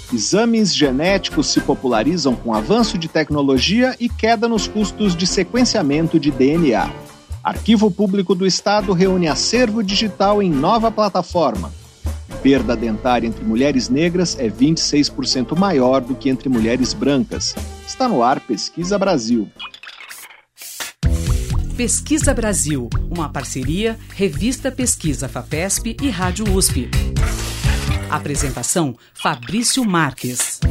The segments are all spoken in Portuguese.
Exames genéticos se popularizam com avanço de tecnologia e queda nos custos de sequenciamento de DNA. Arquivo Público do Estado reúne acervo digital em nova plataforma. Perda dentária entre mulheres negras é 26% maior do que entre mulheres brancas. Está no ar Pesquisa Brasil. Pesquisa Brasil, uma parceria Revista Pesquisa FAPESP e Rádio USP. Apresentação, Fabrício Marques.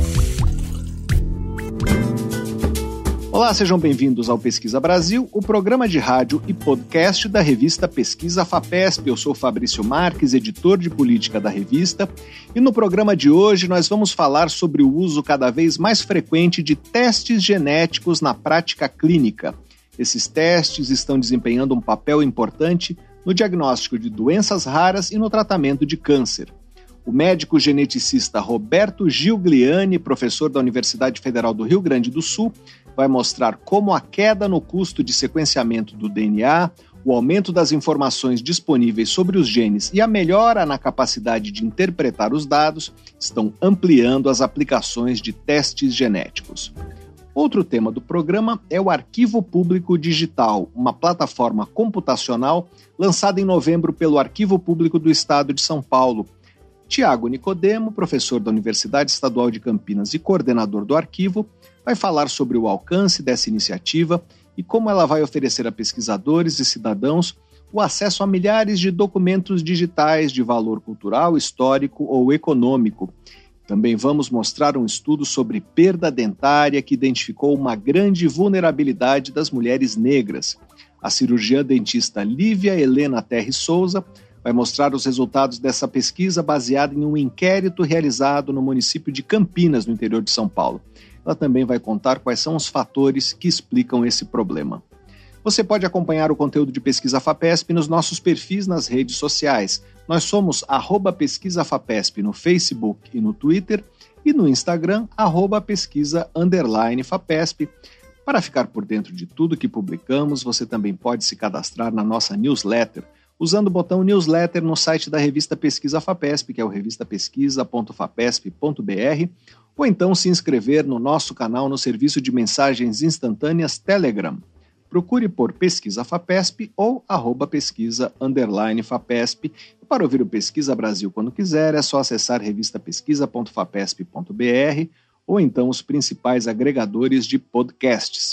Olá, sejam bem-vindos ao Pesquisa Brasil, o programa de rádio e podcast da revista Pesquisa FAPESP. Eu sou Fabrício Marques, editor de política da revista, e no programa de hoje nós vamos falar sobre o uso cada vez mais frequente de testes genéticos na prática clínica. Esses testes estão desempenhando um papel importante no diagnóstico de doenças raras e no tratamento de câncer. O médico geneticista Roberto Giugliani, professor da Universidade Federal do Rio Grande do Sul, vai mostrar como a queda no custo de sequenciamento do DNA, o aumento das informações disponíveis sobre os genes e a melhora na capacidade de interpretar os dados estão ampliando as aplicações de testes genéticos. Outro tema do programa é o Arquivo Público Digital, uma plataforma computacional lançada em novembro pelo Arquivo Público do Estado de São Paulo. Tiago Nicodemo, professor da Universidade Estadual de Campinas e coordenador do arquivo, vai falar sobre o alcance dessa iniciativa e como ela vai oferecer a pesquisadores e cidadãos o acesso a milhares de documentos digitais de valor cultural, histórico ou econômico. Também vamos mostrar um estudo sobre perda dentária que identificou uma grande vulnerabilidade das mulheres negras. A cirurgiã dentista Lívia Helena Terre Souza vai mostrar os resultados dessa pesquisa baseada em um inquérito realizado no município de Campinas, no interior de São Paulo. Ela também vai contar quais são os fatores que explicam esse problema. Você pode acompanhar o conteúdo de Pesquisa FAPESP nos nossos perfis nas redes sociais. Nós somos @pesquisafapesp no Facebook e no Twitter e no Instagram, @pesquisa_FAPESP. Para ficar por dentro de tudo que publicamos, você também pode se cadastrar na nossa newsletter, usando o botão newsletter no site da revista Pesquisa FAPESP, que é o revistapesquisa.fapesp.br, ou então se inscrever no nosso canal no serviço de mensagens instantâneas Telegram. Procure por Pesquisa FAPESP ou @pesquisa_FAPESP. E para ouvir o Pesquisa Brasil quando quiser, é só acessar revistapesquisa.fapesp.br ou então os principais agregadores de podcasts.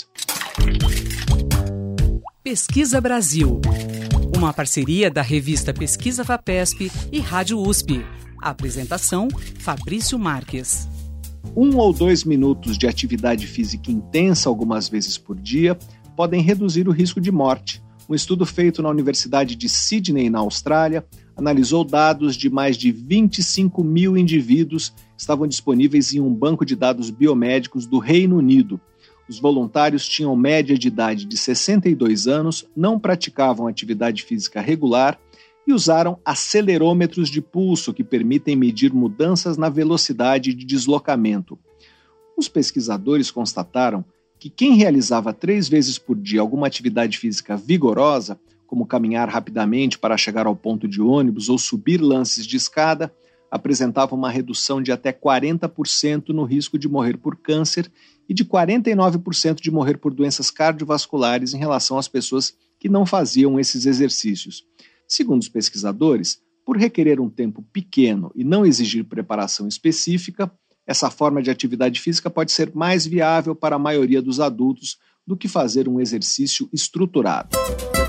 Pesquisa Brasil, uma parceria da revista Pesquisa FAPESP e Rádio USP. Apresentação, Fabrício Marques. 1 ou 2 minutos de atividade física intensa algumas vezes por dia podem reduzir o risco de morte. Um estudo feito na Universidade de Sydney, na Austrália, analisou dados de mais de 25 mil indivíduos que estavam disponíveis em um banco de dados biomédicos do Reino Unido. Os voluntários tinham média de idade de 62 anos, não praticavam atividade física regular e usaram acelerômetros de pulso que permitem medir mudanças na velocidade de deslocamento. Os pesquisadores constataram que quem realizava 3 vezes por dia alguma atividade física vigorosa, como caminhar rapidamente para chegar ao ponto de ônibus ou subir lances de escada, apresentava uma redução de até 40% no risco de morrer por câncer e de 49% de morrer por doenças cardiovasculares em relação às pessoas que não faziam esses exercícios. Segundo os pesquisadores, por requerer um tempo pequeno e não exigir preparação específica, essa forma de atividade física pode ser mais viável para a maioria dos adultos do que fazer um exercício estruturado.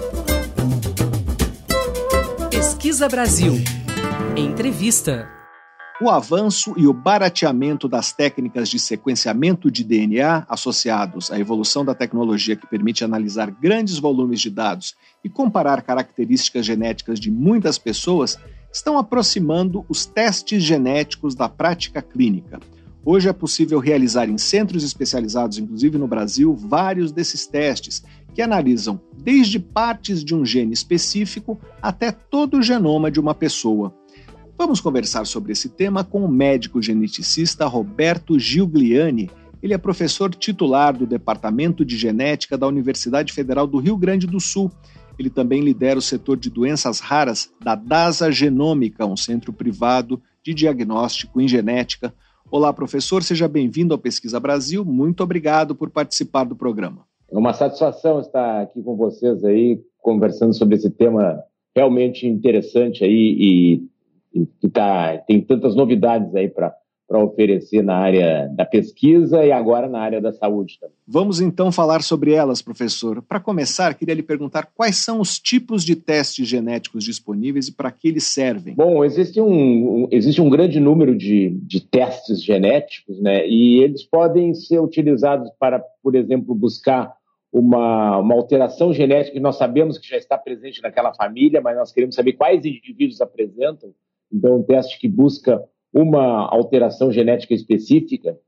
Pesquisa Brasil. Entrevista. O avanço e o barateamento das técnicas de sequenciamento de DNA associados à evolução da tecnologia que permite analisar grandes volumes de dados e comparar características genéticas de muitas pessoas estão aproximando os testes genéticos da prática clínica. Hoje é possível realizar em centros especializados, inclusive no Brasil, vários desses testes que analisam desde partes de um gene específico até todo o genoma de uma pessoa. Vamos conversar sobre esse tema com o médico geneticista Roberto Giugliani. Ele é professor titular do Departamento de Genética da Universidade Federal do Rio Grande do Sul. Ele também lidera o setor de doenças raras da DASA Genômica, um centro privado de diagnóstico em genética. Olá, professor, seja bem-vindo ao Pesquisa Brasil. Muito obrigado por participar do programa. É uma satisfação estar aqui com vocês aí, conversando sobre esse tema realmente interessante aí e que tem tantas novidades aí para oferecer na área da pesquisa e agora na área da saúde também. Vamos então falar sobre elas, professor. Para começar, queria lhe perguntar quais são os tipos de testes genéticos disponíveis e para que eles servem. Bom, existe um grande número de testes genéticos, né? E eles podem ser utilizados para, por exemplo, buscar uma alteração genética que nós sabemos que já está presente naquela família, mas nós queremos saber quais indivíduos apresentam. Então, um teste que busca uma alteração genética específica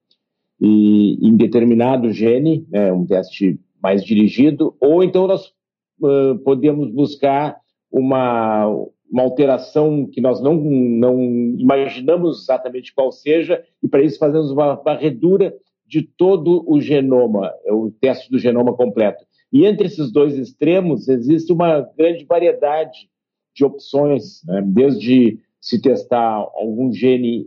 e em determinado gene, né, um teste mais dirigido, ou então nós podemos buscar uma alteração que nós não imaginamos exatamente qual seja, e para isso fazemos uma varredura de todo o genoma, é o teste do genoma completo. E entre esses dois extremos existe uma grande variedade de opções, né? Desde se testar algum gene,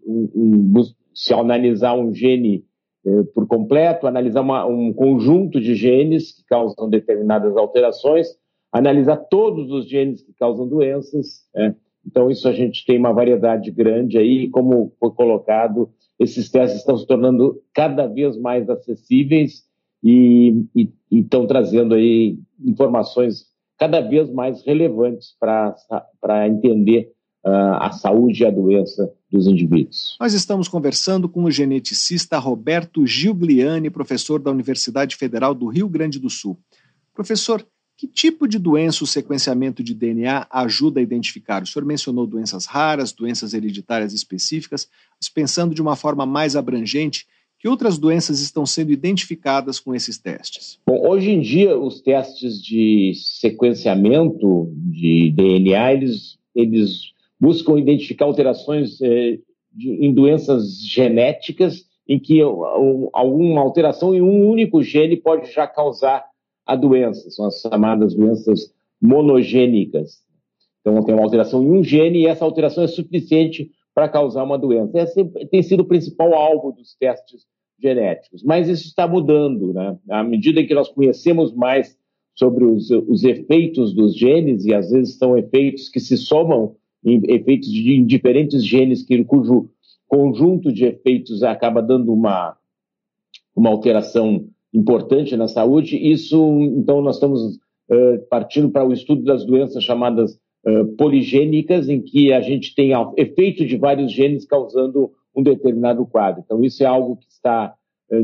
se analisar um gene por completo, analisar um conjunto de genes que causam determinadas alterações, analisar todos os genes que causam doenças, né? Então isso a gente tem uma variedade grande aí, como foi colocado, esses testes estão se tornando cada vez mais acessíveis e estão trazendo aí informações cada vez mais relevantes para entender a saúde e a doença dos indivíduos. Nós estamos conversando com o geneticista Roberto Giugliani, professor da Universidade Federal do Rio Grande do Sul. Professor, que tipo de doença o sequenciamento de DNA ajuda a identificar? O senhor mencionou doenças raras, doenças hereditárias específicas, mas pensando de uma forma mais abrangente, que outras doenças estão sendo identificadas com esses testes? Bom, hoje em dia, os testes de sequenciamento de DNA, eles buscam identificar alterações em doenças genéticas em que alguma alteração em um único gene pode já causar a doença. São as chamadas doenças monogênicas. Então, tem uma alteração em um gene e essa alteração é suficiente para causar uma doença. Esse tem sido o principal alvo dos testes genéticos. Mas isso está mudando, né? À medida em que nós conhecemos mais sobre os efeitos dos genes, e às vezes são efeitos que se somam em efeitos de diferentes genes, cujo conjunto de efeitos acaba dando uma alteração importante na saúde. Então, nós estamos partindo para o estudo das doenças chamadas poligênicas, em que a gente tem efeito de vários genes causando um determinado quadro. Então, isso é algo que está,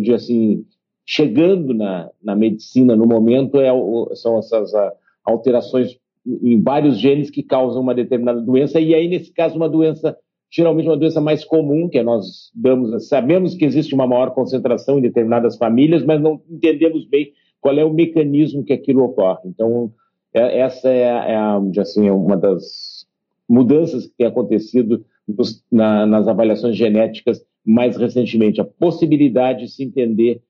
chegando na medicina no momento, são essas alterações em vários genes que causam uma determinada doença, e aí, nesse caso, uma doença, geralmente uma doença mais comum, que nós sabemos que existe uma maior concentração em determinadas famílias, mas não entendemos bem qual é o mecanismo que aquilo ocorre. Então, essa é uma das mudanças que tem acontecido nas avaliações genéticas mais recentemente, a possibilidade de se entender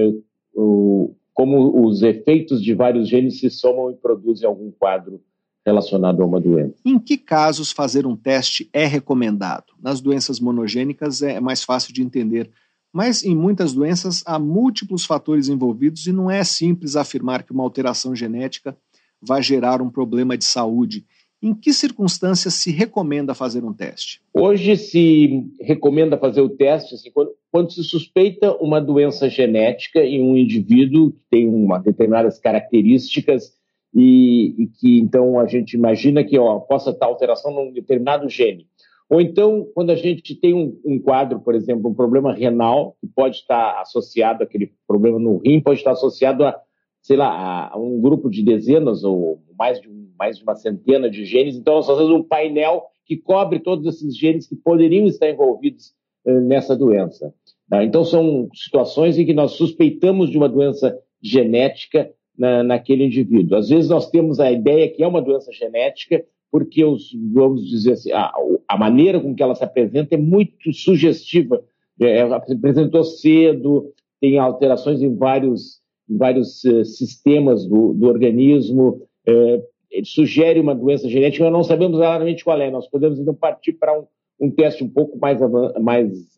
como os efeitos de vários genes se somam e produzem algum quadro relacionado a uma doença. Em que casos fazer um teste é recomendado? Nas doenças monogênicas é mais fácil de entender, mas em muitas doenças há múltiplos fatores envolvidos e não é simples afirmar que uma alteração genética vai gerar um problema de saúde. Em que circunstâncias se recomenda fazer um teste? Hoje se recomenda fazer o teste quando se suspeita uma doença genética em um indivíduo que tem determinadas características e que então a gente imagina que possa estar alteração num determinado gene. Ou então, quando a gente tem um quadro, por exemplo, um problema renal, que pode estar associado àquele problema no rim, pode estar associado a um grupo de dezenas ou mais de uma centena de genes. Então, nós fazemos um painel que cobre todos esses genes que poderiam estar envolvidos nessa doença. Tá? Então, são situações em que nós suspeitamos de uma doença genética naquele indivíduo. Às vezes, nós temos a ideia que é uma doença genética porque, vamos dizer assim, a maneira com que ela se apresenta é muito sugestiva. Ela se apresentou cedo, tem alterações em vários sistemas do organismo, sugere uma doença genética, nós não sabemos claramente qual é. Nós podemos então partir para um teste um pouco mais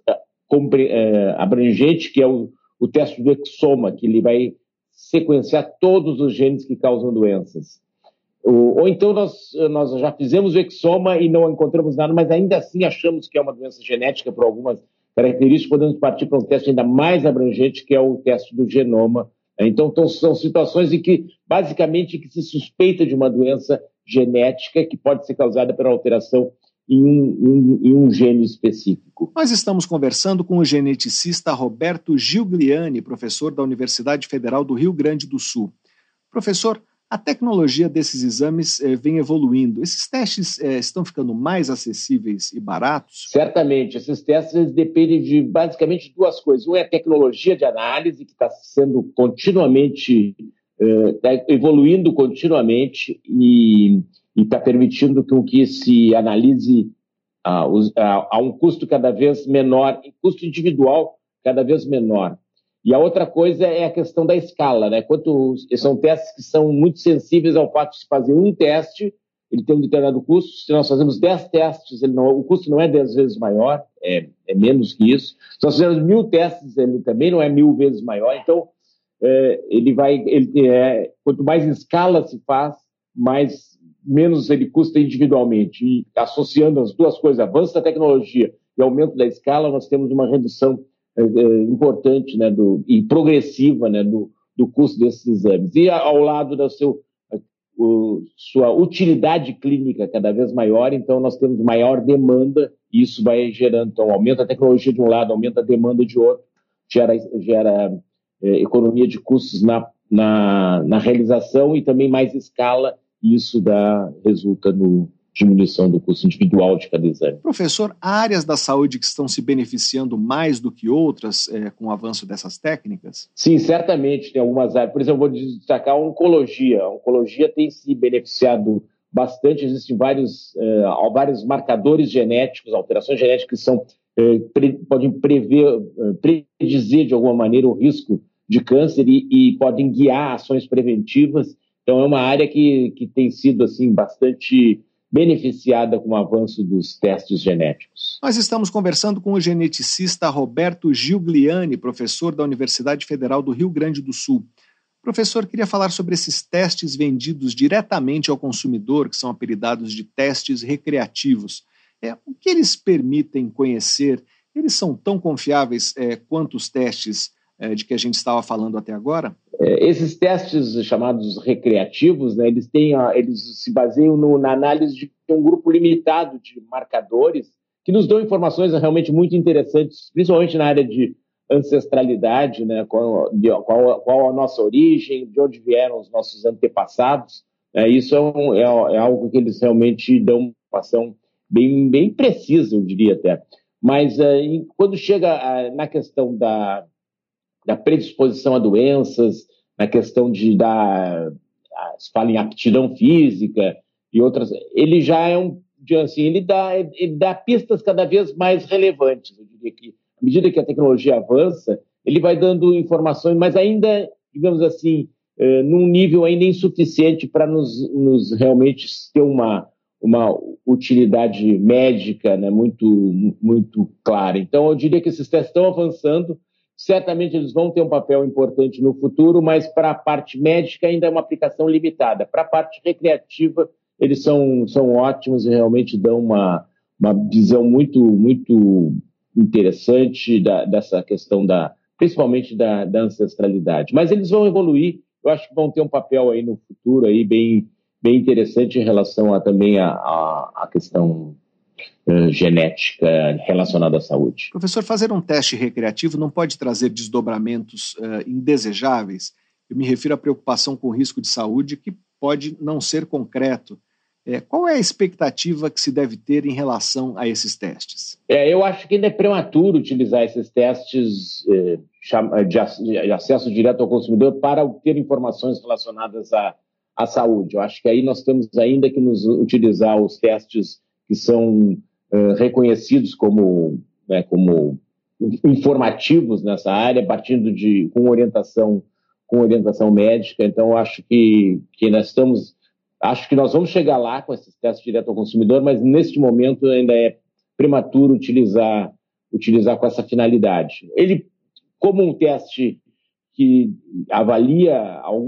abrangente, que é o teste do exoma, que ele vai sequenciar todos os genes que causam doenças. Ou então nós já fizemos o exoma e não encontramos nada, mas ainda assim achamos que é uma doença genética por algumas características, podemos partir para um teste ainda mais abrangente, que é o teste do genoma. Então são situações em que, basicamente, que se suspeita de uma doença genética que pode ser causada pela alteração em um gene específico. Nós estamos conversando com o geneticista Roberto Giugliani, professor da Universidade Federal do Rio Grande do Sul. Professor, a tecnologia desses exames vem evoluindo. Esses testes estão ficando mais acessíveis e baratos? Certamente. Esses testes dependem de, basicamente, duas coisas. Um é a tecnologia de análise, que está sendo continuamente, evoluindo continuamente e está permitindo que se analise a um custo cada vez menor, custo individual cada vez menor. E a outra coisa é a questão da escala, né? São testes que são muito sensíveis ao fato de se fazer um teste, ele tem um determinado custo. Se nós fazemos 10 testes, o custo não é 10 vezes maior, é menos que isso. Se nós fizermos 1000 testes, ele também não é 1000 vezes maior. Então, quanto mais escala se faz, menos ele custa individualmente. E associando as duas coisas, avanço da tecnologia e aumento da escala, nós temos uma redução importante, né, e progressiva, né, do custo desses exames. E ao lado da sua utilidade clínica cada vez maior, então nós temos maior demanda e isso vai gerando, então aumenta a tecnologia de um lado, aumenta a demanda de outro, gera economia de custos na realização e também mais escala, e isso resulta no diminuição do custo individual de cada exame. Professor, há áreas da saúde que estão se beneficiando mais do que outras com o avanço dessas técnicas? Sim, certamente tem algumas áreas. Por exemplo, vou destacar a oncologia. A oncologia tem se beneficiado bastante. Existem vários marcadores genéticos, alterações genéticas que podem predizer de alguma maneira o risco de câncer e podem guiar ações preventivas. Então é uma área que tem sido assim, bastante beneficiada com o avanço dos testes genéticos. Nós estamos conversando com o geneticista Roberto Giugliani, professor da Universidade Federal do Rio Grande do Sul. Professor, queria falar sobre esses testes vendidos diretamente ao consumidor, que são apelidados de testes recreativos. O que eles permitem conhecer? Eles são tão confiáveis quanto os testes de que a gente estava falando até agora? Esses testes chamados recreativos, né, eles se baseiam na análise de um grupo limitado de marcadores que nos dão informações realmente muito interessantes, principalmente na área de ancestralidade, né, qual a nossa origem, de onde vieram os nossos antepassados. Isso é algo que eles realmente dão uma informação bem precisa, eu diria até. Mas quando chega na questão da predisposição a doenças, na questão se fala em aptidão física e outras, ele já é ele dá pistas cada vez mais relevantes. Eu diria que, à medida que a tecnologia avança, ele vai dando informações, mas ainda, digamos assim, num nível ainda insuficiente para nos realmente ter uma utilidade médica, né, muito, muito clara. Então, eu diria que esses testes estão avançando. Certamente eles vão ter um papel importante no futuro, mas para a parte médica ainda é uma aplicação limitada. Para a parte recreativa, eles são ótimos e realmente dão uma visão muito, muito interessante dessa questão principalmente da ancestralidade. Mas eles vão evoluir, eu acho que vão ter um papel aí no futuro aí bem interessante em relação também à questão genética relacionada à saúde. Professor, fazer um teste recreativo não pode trazer desdobramentos indesejáveis? Eu me refiro à preocupação com o risco de saúde que pode não ser concreto. Qual é a expectativa que se deve ter em relação a esses testes? Eu acho que ainda é prematuro utilizar esses testes de acesso direto ao consumidor para obter informações relacionadas à saúde. Eu acho que aí nós temos ainda que nos utilizar os testes que são reconhecidos como informativos nessa área, partindo com orientação médica. Então, acho que nós vamos chegar lá com esses testes direto ao consumidor, mas neste momento ainda é prematuro utilizar utilizar com essa finalidade. Ele, como um teste que avalia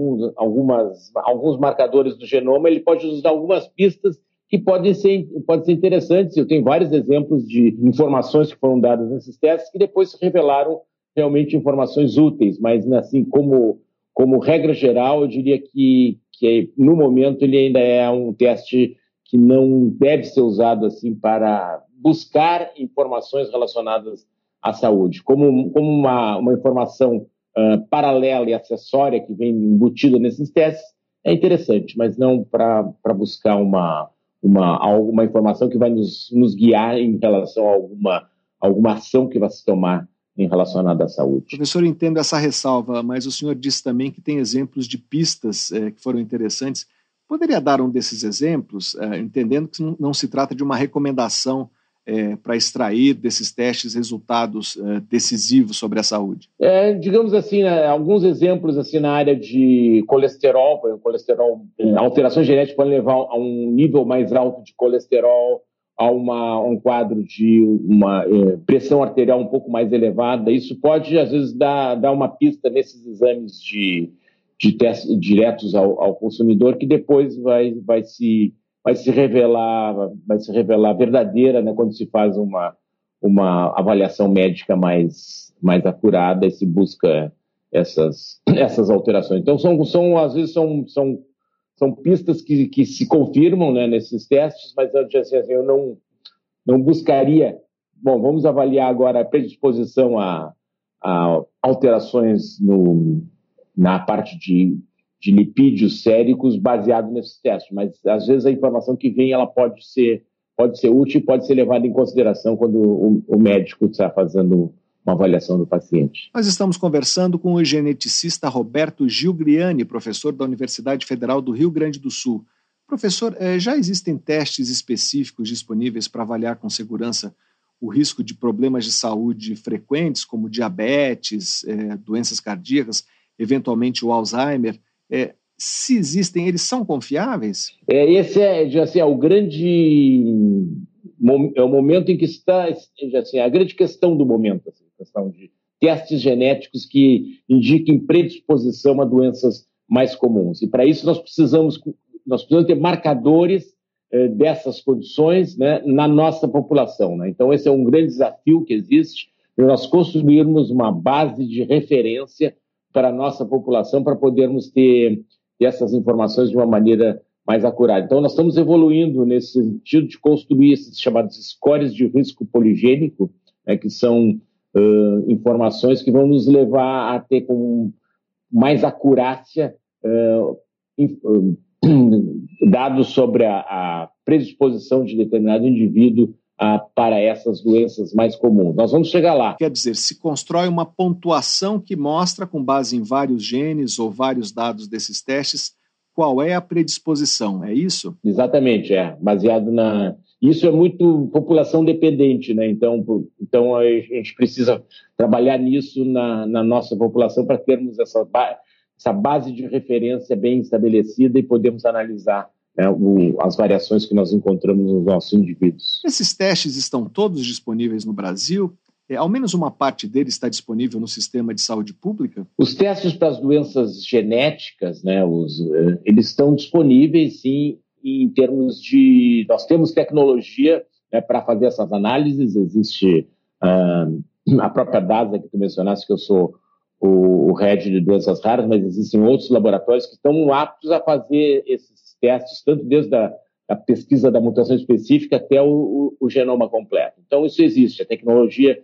alguns marcadores do genoma, ele pode usar algumas pistas que podem ser interessantes. Eu tenho vários exemplos de informações que foram dadas nesses testes que depois se revelaram realmente informações úteis, mas assim, como regra geral, eu diria que no momento ele ainda é um teste que não deve ser usado assim para buscar informações relacionadas à saúde, como uma informação paralela e acessória que vem embutida nesses testes, é interessante, mas não para buscar alguma informação que vai nos guiar em relação a alguma ação que vai se tomar em relacionada à saúde. Professor, eu entendo essa ressalva, mas o senhor disse também que tem exemplos de pistas que foram interessantes. Poderia dar um desses exemplos, entendendo que não se trata de uma recomendação para extrair desses testes resultados decisivos sobre a saúde? Digamos assim, alguns exemplos assim, na área de colesterol, alterações genéticas podem levar a um nível mais alto de colesterol, a um quadro de uma pressão arterial um pouco mais elevada. Isso pode, às vezes, dar uma pista nesses exames de testes diretos ao consumidor, que depois vai se revelar verdadeira, né, quando se faz uma avaliação médica mais acurada e se busca essas alterações. Então, às vezes são pistas que se confirmam, né, nesses testes, mas eu não buscaria. Bom, vamos avaliar agora a predisposição a alterações na parte de lipídios séricos baseado nesses testes, mas às vezes a informação que vem ela pode ser útil e pode ser levada em consideração quando o médico está fazendo uma avaliação do paciente. Nós estamos conversando com o geneticista Roberto Gilgriani, professor da Universidade Federal do Rio Grande do Sul. Professor, já existem testes específicos disponíveis para avaliar com segurança o risco de problemas de saúde frequentes, como diabetes, doenças cardíacas, eventualmente o Alzheimer? Se existem, eles são confiáveis? Esse é o grande... É o momento em que está a grande questão do momento, assim, a questão de testes genéticos que indiquem predisposição a doenças mais comuns. E para isso nós precisamos ter marcadores dessas condições, né, na nossa população, né? Então esse é um grande desafio que existe, nós construirmos uma base de referência para a nossa população para podermos ter essas informações de uma maneira mais acurada. Então, nós estamos evoluindo nesse sentido de construir esses chamados scores de risco poligênico, né, que são informações que vão nos levar a ter com mais acurácia dados sobre a predisposição de determinado indivíduo para essas doenças mais comuns. Nós vamos chegar lá. Quer dizer, se constrói uma pontuação que mostra, com base em vários genes ou vários dados desses testes, qual é a predisposição, é isso? Exatamente, baseado Isso é muito população dependente, né? Então a gente precisa trabalhar nisso na nossa população para termos essa base de referência bem estabelecida e podermos analisar, né, as variações que nós encontramos nos nossos indivíduos. Esses testes estão todos disponíveis no Brasil? Ao menos uma parte deles está disponível no sistema de saúde pública? Os testes para as doenças genéticas, né, eles estão disponíveis, sim, em termos de... Nós temos tecnologia, né, para fazer essas análises. Existe a própria DASA, que tu mencionaste, que eu sou o head de doenças raras, mas existem outros laboratórios que estão aptos a fazer esses testes, tanto desde a pesquisa da mutação específica até o genoma completo. Então, isso existe, a tecnologia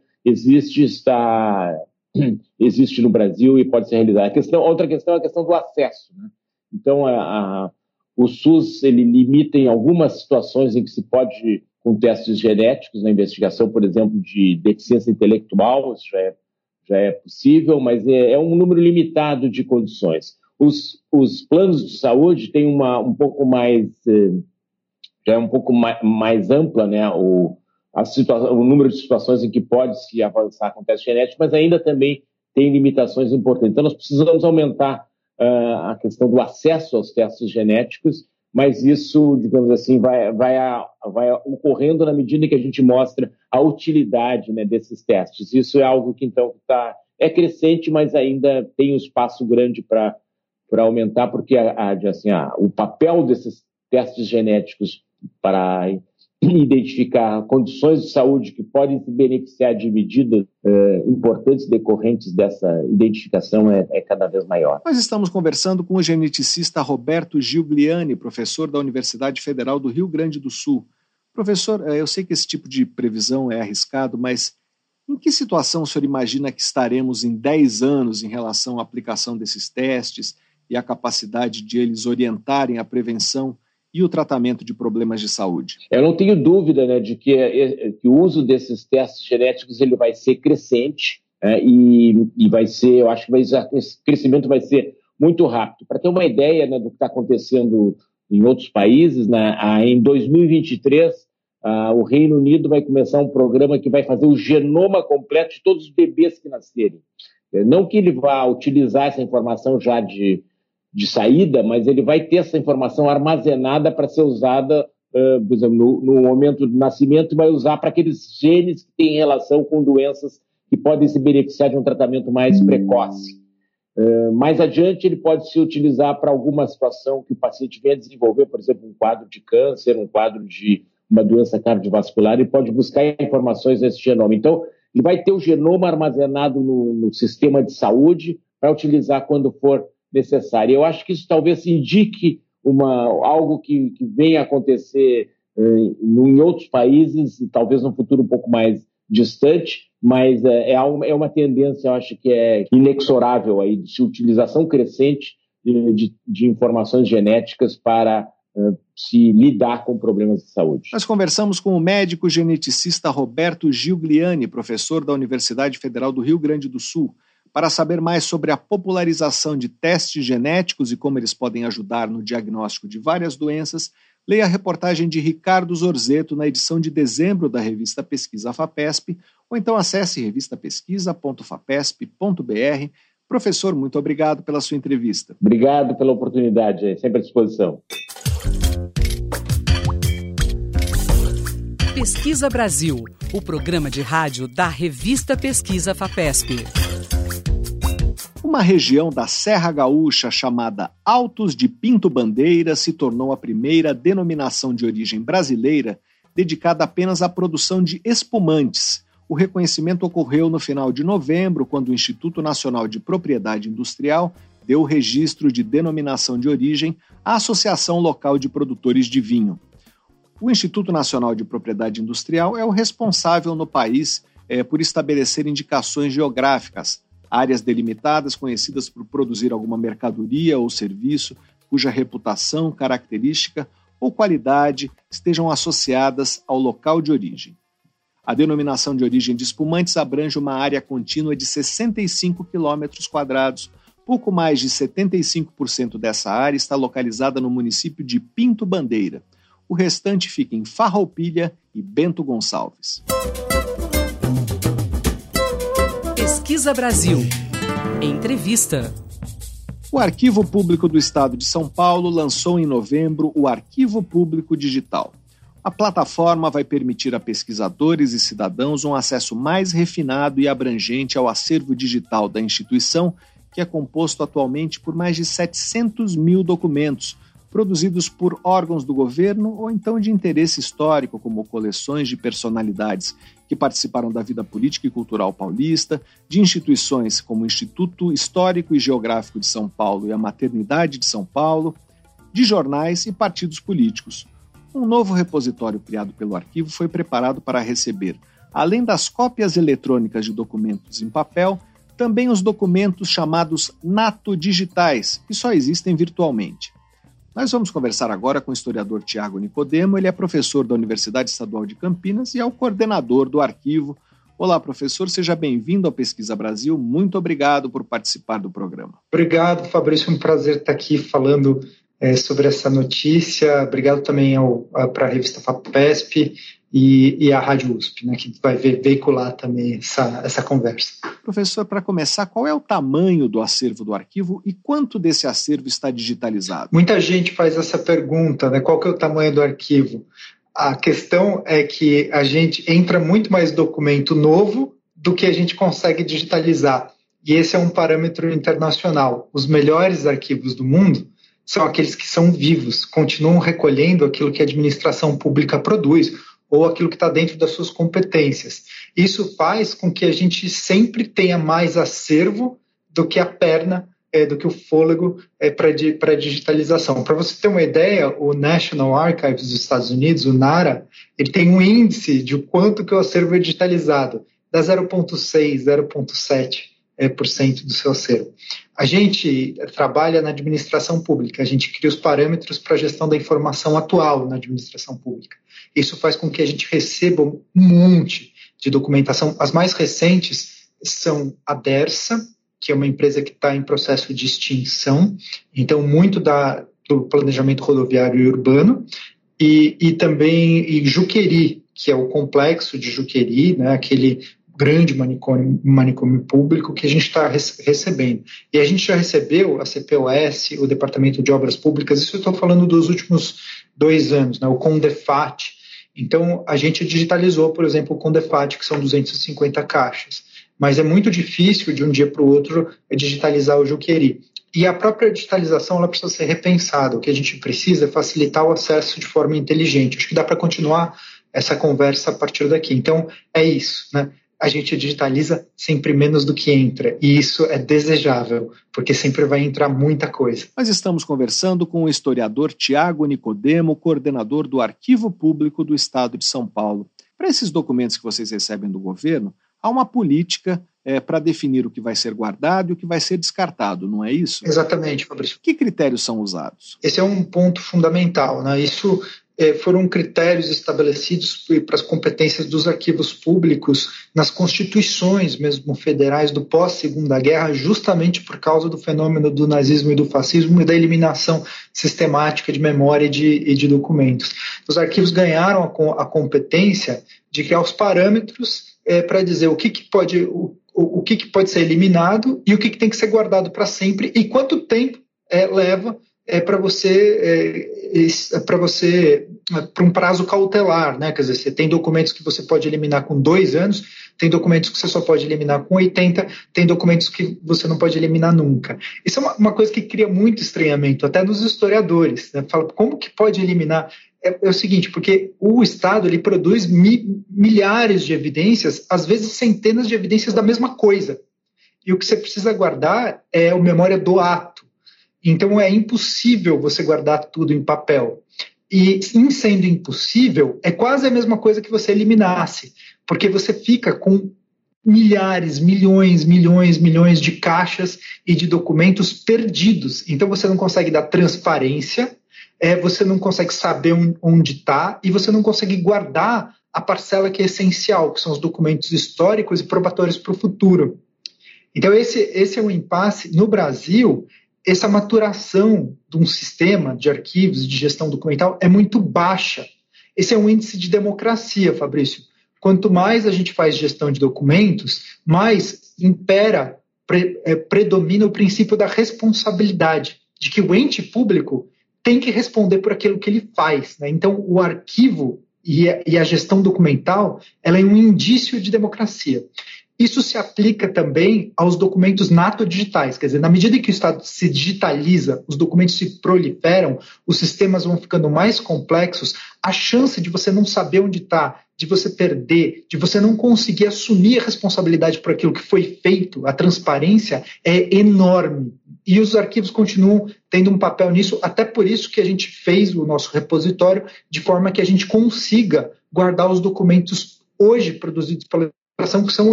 existe no Brasil e pode ser realizada. Outra questão é a questão do acesso, né? Então, o SUS ele limita em algumas situações em que se pode, com testes genéticos na investigação, por exemplo, de deficiência intelectual, isso já é possível, mas é um número limitado de condições. Os planos de saúde têm um pouco mais... já é um pouco mais ampla, né, o número de situações em que pode-se avançar com teste genético, mas ainda também tem limitações importantes. Então, nós precisamos aumentar a questão do acesso aos testes genéticos mas isso, digamos assim, vai ocorrendo na medida que a gente mostra a utilidade, né, desses testes. Isso é algo que, então, é crescente, mas ainda tem um espaço grande para aumentar, porque o papel desses testes genéticos para identificar condições de saúde que podem se beneficiar de medidas importantes decorrentes dessa identificação é cada vez maior. Nós estamos conversando com o geneticista Roberto Giugliani, professor da Universidade Federal do Rio Grande do Sul. Professor, eu sei que esse tipo de previsão é arriscado, mas em que situação o senhor imagina que estaremos em 10 anos em relação à aplicação desses testes e a capacidade de eles orientarem a prevenção e o tratamento de problemas de saúde? Eu não tenho dúvida, né, de que o uso desses testes genéticos ele vai ser crescente, e vai ser, eu acho que esse crescimento vai ser muito rápido. Para ter uma ideia, né, do que está acontecendo em outros países, né, em 2023, o Reino Unido vai começar um programa que vai fazer o genoma completo de todos os bebês que nascerem. Não que ele vá utilizar essa informação já de saída, mas ele vai ter essa informação armazenada para ser usada, por exemplo, no momento do nascimento, vai usar para aqueles genes que têm relação com doenças que podem se beneficiar de um tratamento mais precoce. Mais adiante, ele pode se utilizar para alguma situação que o paciente venha desenvolver, por exemplo, um quadro de câncer, um quadro de uma doença cardiovascular, e pode buscar informações nesse genoma. Então, ele vai ter o genoma armazenado no sistema de saúde para utilizar quando for necessário. Eu acho que isso talvez indique algo que venha a acontecer em outros países, talvez num futuro um pouco mais distante, mas é uma tendência, eu acho que é inexorável aí, de utilização crescente de informações genéticas para se lidar com problemas de saúde. Nós conversamos com o médico geneticista Roberto Giugliani, professor da Universidade Federal do Rio Grande do Sul. Para saber mais sobre a popularização de testes genéticos e como eles podem ajudar no diagnóstico de várias doenças, leia a reportagem de Ricardo Zorzeto na edição de dezembro da revista Pesquisa FAPESP, ou então acesse revistapesquisa.fapesp.br. Professor, muito obrigado pela sua entrevista. Obrigado pela oportunidade, sempre à disposição. Pesquisa Brasil, o programa de rádio da revista Pesquisa FAPESP. Uma região da Serra Gaúcha chamada Altos de Pinto Bandeira se tornou a primeira denominação de origem brasileira dedicada apenas à produção de espumantes. O reconhecimento ocorreu no final de novembro, quando o Instituto Nacional de Propriedade Industrial deu o registro de denominação de origem à Associação Local de Produtores de Vinho. O Instituto Nacional de Propriedade Industrial é o responsável no país por estabelecer indicações geográficas, áreas delimitadas conhecidas por produzir alguma mercadoria ou serviço cuja reputação, característica ou qualidade estejam associadas ao local de origem. A denominação de origem de espumantes abrange uma área contínua de 65 km². Pouco mais de 75% dessa área está localizada no município de Pinto Bandeira. O restante fica em Farroupilha e Bento Gonçalves. Pesquisa Brasil. Entrevista. O Arquivo Público do Estado de São Paulo lançou em novembro o Arquivo Público Digital. A plataforma vai permitir a pesquisadores e cidadãos um acesso mais refinado e abrangente ao acervo digital da instituição, que é composto atualmente por mais de 700 mil documentos, produzidos por órgãos do governo ou então de interesse histórico, como coleções de personalidades que participaram da vida política e cultural paulista, de instituições como o Instituto Histórico e Geográfico de São Paulo e a Maternidade de São Paulo, de jornais e partidos políticos. Um novo repositório criado pelo arquivo foi preparado para receber, além das cópias eletrônicas de documentos em papel, também os documentos chamados nato-digitais, que só existem virtualmente. Nós vamos conversar agora com o historiador Tiago Nicodemo. Ele é professor da Universidade Estadual de Campinas e é o coordenador do arquivo. Olá, professor, seja bem-vindo ao Pesquisa Brasil. Muito obrigado por participar do programa. Obrigado, Fabrício. É um prazer estar aqui falando sobre essa notícia. Obrigado também para a revista FAPESP e à Rádio USP, né, que vai veicular também essa conversa. Professor, para começar, qual é o tamanho do acervo do arquivo e quanto desse acervo está digitalizado? Muita gente faz essa pergunta, né? Qual que é o tamanho do arquivo? A questão é que a gente entra muito mais documento novo do que a gente consegue digitalizar. E esse é um parâmetro internacional. Os melhores arquivos do mundo são aqueles que são vivos, continuam recolhendo aquilo que a administração pública produz ou aquilo que está dentro das suas competências. Isso faz com que a gente sempre tenha mais acervo do que a perna, do que o fôlego para a digitalização. Para você ter uma ideia, o National Archives dos Estados Unidos, o NARA, ele tem um índice de quanto que o acervo é digitalizado, dá 0,6%, 0,7% do seu acervo. A gente trabalha na administração pública, a gente cria os parâmetros para a gestão da informação atual na administração pública. Isso faz com que a gente receba um monte de documentação. As mais recentes são a Dersa, que é uma empresa que está em processo de extinção, então muito do planejamento rodoviário e urbano, e também Juqueri, que é o complexo de Juqueri, né, aquele grande manicômio público que a gente está recebendo. E a gente já recebeu a CPOS, o Departamento de Obras Públicas, isso eu estou falando dos últimos 2 anos, né, o CONDEFAT. Então, a gente digitalizou, por exemplo, o CONDEFAT, que são 250 caixas. Mas é muito difícil, de um dia para o outro, digitalizar o Juqueri. E a própria digitalização ela precisa ser repensada. O que a gente precisa é facilitar o acesso de forma inteligente. Acho que dá para continuar essa conversa a partir daqui. Então, é isso, né? A gente digitaliza sempre menos do que entra. E isso é desejável, porque sempre vai entrar muita coisa. Nós estamos conversando com o historiador Tiago Nicodemo, coordenador do Arquivo Público do Estado de São Paulo. Para esses documentos que vocês recebem do governo, há uma política para definir o que vai ser guardado e o que vai ser descartado, não é isso? Exatamente, Fabrício. Que critérios são usados? Esse é um ponto fundamental, né? Isso foram critérios estabelecidos para as competências dos arquivos públicos nas constituições mesmo federais do pós-Segunda Guerra, justamente por causa do fenômeno do nazismo e do fascismo e da eliminação sistemática de memória e de documentos. Os arquivos ganharam a competência de criar os parâmetros para dizer o que pode ser eliminado e o que tem que ser guardado para sempre e quanto tempo leva para um prazo cautelar, né? Quer dizer, você tem documentos que você pode eliminar com 2 anos, tem documentos que você só pode eliminar com 80, tem documentos que você não pode eliminar nunca. Isso é uma coisa que cria muito estranhamento, até nos historiadores, né? Fala, como que pode eliminar? É o seguinte, porque o Estado ele produz milhares de evidências, às vezes centenas de evidências da mesma coisa. E o que você precisa guardar é a memória do ato. Então é impossível você guardar tudo em papel. E em sendo impossível, é quase a mesma coisa que você eliminasse, porque você fica com milhares, milhões de caixas e de documentos perdidos. Então você não consegue dar transparência, você não consegue saber onde está e você não consegue guardar a parcela que é essencial, que são os documentos históricos e probatórios para o futuro. Então esse é um impasse. No Brasil, essa maturação de um sistema de arquivos, de gestão documental, é muito baixa. Esse é um índice de democracia, Fabrício. Quanto mais a gente faz gestão de documentos, mais predomina o princípio da responsabilidade, de que o ente público tem que responder por aquilo que ele faz, né? Então, o arquivo e a gestão documental, ela é um indício de democracia. Isso se aplica também aos documentos nato-digitais, quer dizer, na medida que o Estado se digitaliza, os documentos se proliferam, os sistemas vão ficando mais complexos, a chance de você não saber onde está, de você perder, de você não conseguir assumir a responsabilidade por aquilo que foi feito, a transparência é enorme. E os arquivos continuam tendo um papel nisso, até por isso que a gente fez o nosso repositório de forma que a gente consiga guardar os documentos hoje produzidos pela administração, que são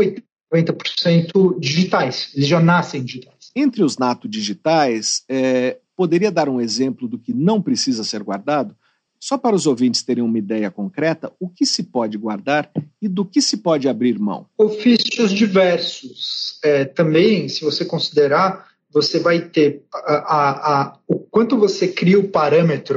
90% digitais, eles já nascem digitais. Entre os nato-digitais, poderia dar um exemplo do que não precisa ser guardado? Só para os ouvintes terem uma ideia concreta, o que se pode guardar e do que se pode abrir mão? Ofícios diversos. Também, se você considerar, você vai ter o quanto você cria o parâmetro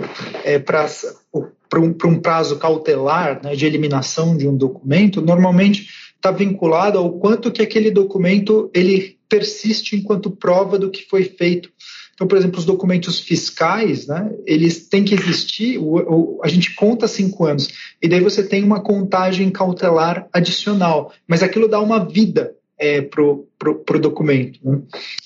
para um prazo cautelar, né, de eliminação de um documento, normalmente está vinculado ao quanto que aquele documento ele persiste enquanto prova do que foi feito. Então, por exemplo, os documentos fiscais, né, eles têm que existir, a gente conta 5 anos, e daí você tem uma contagem cautelar adicional, mas aquilo dá uma vida pro documento, né?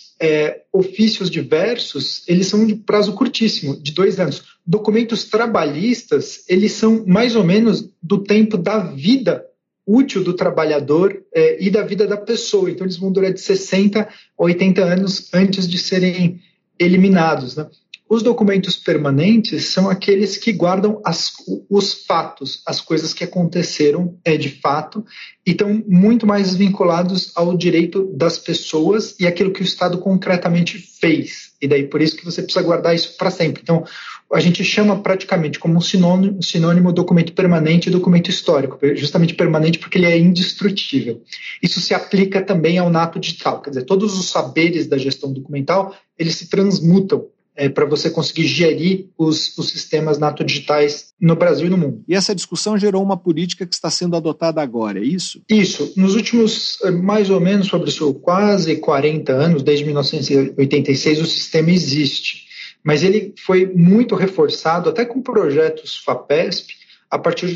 Ofícios diversos, eles são de prazo curtíssimo, de 2 anos. Documentos trabalhistas, eles são mais ou menos do tempo da vida útil do trabalhador e da vida da pessoa. Então, eles vão durar de 60 a 80 anos antes de serem eliminados, né? Os documentos permanentes são aqueles que guardam os fatos, as coisas que aconteceram de fato, e estão muito mais vinculados ao direito das pessoas e aquilo que o Estado concretamente fez. E daí por isso que você precisa guardar isso para sempre. Então, a gente chama praticamente como um sinônimo documento permanente e documento histórico, justamente permanente porque ele é indestrutível. Isso se aplica também ao nato digital, quer dizer, todos os saberes da gestão documental, eles se transmutam para você conseguir gerir os sistemas nato-digitais no Brasil e no mundo. E essa discussão gerou uma política que está sendo adotada agora, é isso? Isso. Nos últimos, mais ou menos, Fabrício, quase 40 anos, desde 1986, o sistema existe. Mas ele foi muito reforçado, até com projetos FAPESP, a partir de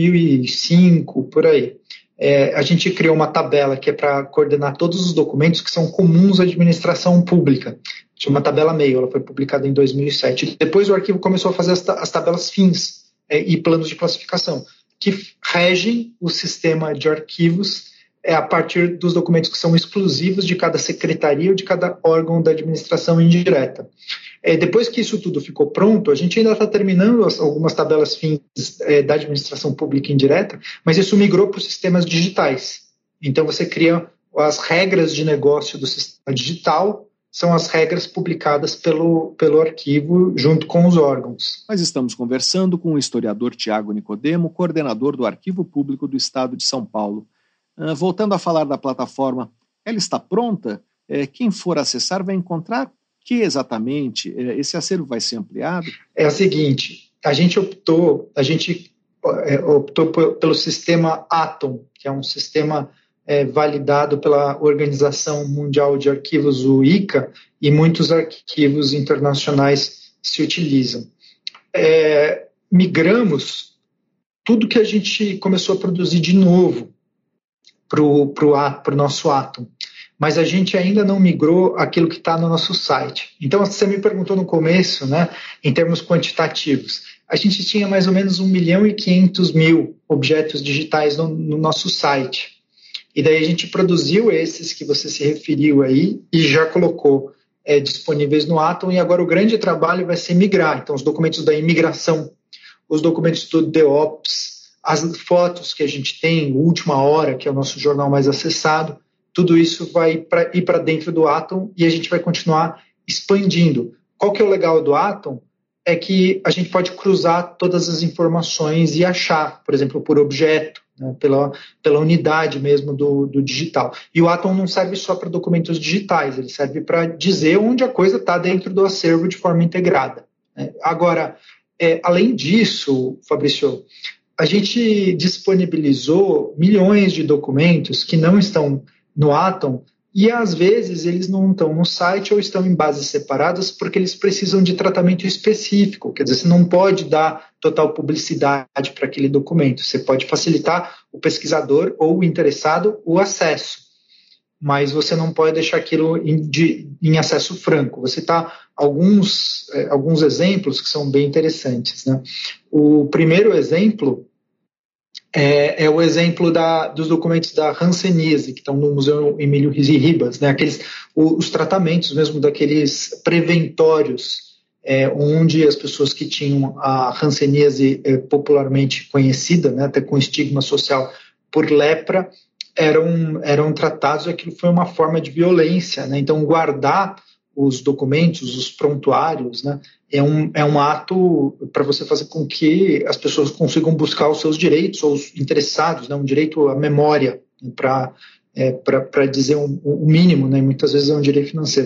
2005, por aí. A gente criou uma tabela que é para coordenar todos os documentos que são comuns à administração pública. Chama tabela meio, ela foi publicada em 2007. Depois o arquivo começou a fazer as tabelas fins e planos de classificação, que regem o sistema de arquivos a partir dos documentos que são exclusivos de cada secretaria ou de cada órgão da administração indireta. Depois que isso tudo ficou pronto, a gente ainda está terminando algumas tabelas fins da administração pública indireta, mas isso migrou para os sistemas digitais. Então você cria as regras de negócio do sistema digital, são as regras publicadas pelo arquivo junto com os órgãos. Nós estamos conversando com o historiador Tiago Nicodemo, coordenador do Arquivo Público do Estado de São Paulo. Voltando a falar da plataforma, ela está pronta? Quem for acessar vai encontrar que exatamente? Esse acervo vai ser ampliado? É o seguinte, a gente optou pelo sistema Atom, que é um sistema validado pela Organização Mundial de Arquivos, o ICA, e muitos arquivos internacionais se utilizam. Migramos tudo que a gente começou a produzir de novo para o nosso Atom, mas a gente ainda não migrou aquilo que está no nosso site. Então, você me perguntou no começo, né, em termos quantitativos, a gente tinha mais ou menos 1.500.000 objetos digitais no nosso site. E daí a gente produziu esses que você se referiu aí e já colocou disponíveis no Atom, e agora o grande trabalho vai ser migrar. Então, os documentos da imigração, os documentos do DEOPS, as fotos que a gente tem, Última Hora, que é o nosso jornal mais acessado, tudo isso vai ir para dentro do Atom e a gente vai continuar expandindo. Qual que é o legal do Atom? É que a gente pode cruzar todas as informações e achar, por exemplo, por objeto, né, pela unidade mesmo do digital. E o Atom não serve só para documentos digitais, ele serve para dizer onde a coisa está dentro do acervo de forma integrada. Agora, além disso, Fabrício, a gente disponibilizou milhões de documentos que não estão no Atom, e às vezes eles não estão no site ou estão em bases separadas porque eles precisam de tratamento específico. Quer dizer, você não pode dar total publicidade para aquele documento. Você pode facilitar o pesquisador ou o interessado o acesso, mas você não pode deixar aquilo em acesso franco. Você está alguns exemplos que são bem interessantes, né? O primeiro exemplo é o exemplo dos documentos da Hanseníase, que estão no Museu Emílio Ribas, né? Os tratamentos mesmo daqueles preventórios, onde as pessoas que tinham a Hanseníase popularmente conhecida, né, até com estigma social por lepra, eram tratados, e aquilo foi uma forma de violência, né? Então, guardar os documentos, os prontuários, né, é um ato para você fazer com que as pessoas consigam buscar os seus direitos, ou os interessados, né, um direito à memória, para dizer o mínimo, né, muitas vezes é um direito financeiro.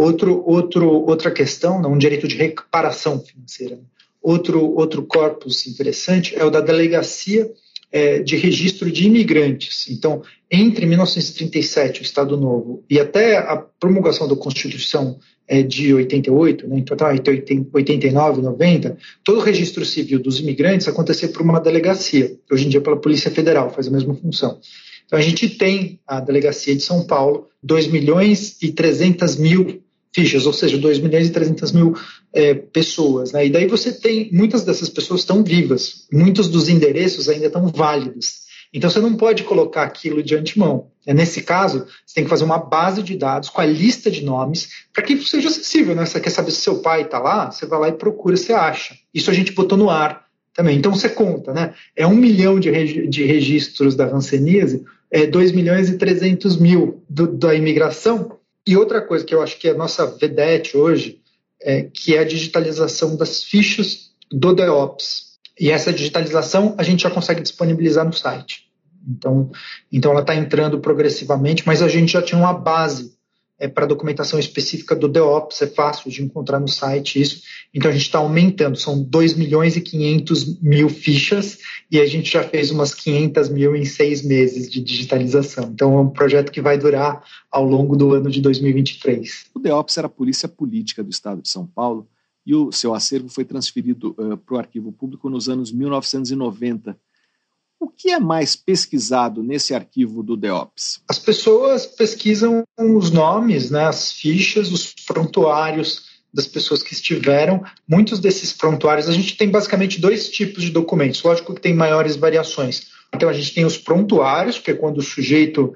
Outra questão, né, um direito de reparação financeira. Outro corpus interessante é o da Delegacia de registro de imigrantes. Então, entre 1937, o Estado Novo, e até a promulgação da Constituição de 88, né, em total 89, 90, todo o registro civil dos imigrantes acontecia por uma delegacia, hoje em dia pela Polícia Federal, faz a mesma função. Então a gente tem a delegacia de São Paulo, 2.300.000 fichas, ou seja, 2.300.000 pessoas, né? E daí você tem, muitas dessas pessoas estão vivas, muitos dos endereços ainda estão válidos. Então você não pode colocar aquilo de antemão. Nesse caso, você tem que fazer uma base de dados com a lista de nomes para que seja acessível, né? Você quer saber se seu pai está lá, você vai lá e procura, você acha. Isso a gente botou no ar também. Então você conta, né? 1 milhão de registros da hanseníase, 2.300.000 da imigração. E outra coisa que eu acho que é a nossa vedete hoje, que é a digitalização das fichas do DEOPS. E essa digitalização a gente já consegue disponibilizar no site. Então ela está entrando progressivamente, mas a gente já tinha uma base para documentação específica do DEOPS, é fácil de encontrar no site isso. Então a gente está aumentando, são 2.500.000 fichas e a gente já fez umas 500.000 em 6 meses de digitalização. Então é um projeto que vai durar ao longo do ano de 2023. O DEOPS era a Polícia Política do Estado de São Paulo e o seu acervo foi transferido para o Arquivo Público nos anos 1990. O que é mais pesquisado nesse arquivo do DEOPS? As pessoas pesquisam os nomes, né, as fichas, os prontuários das pessoas que estiveram. Muitos desses prontuários, a gente tem basicamente 2 tipos de documentos. Lógico que tem maiores variações. Então a gente tem os prontuários, que é quando o sujeito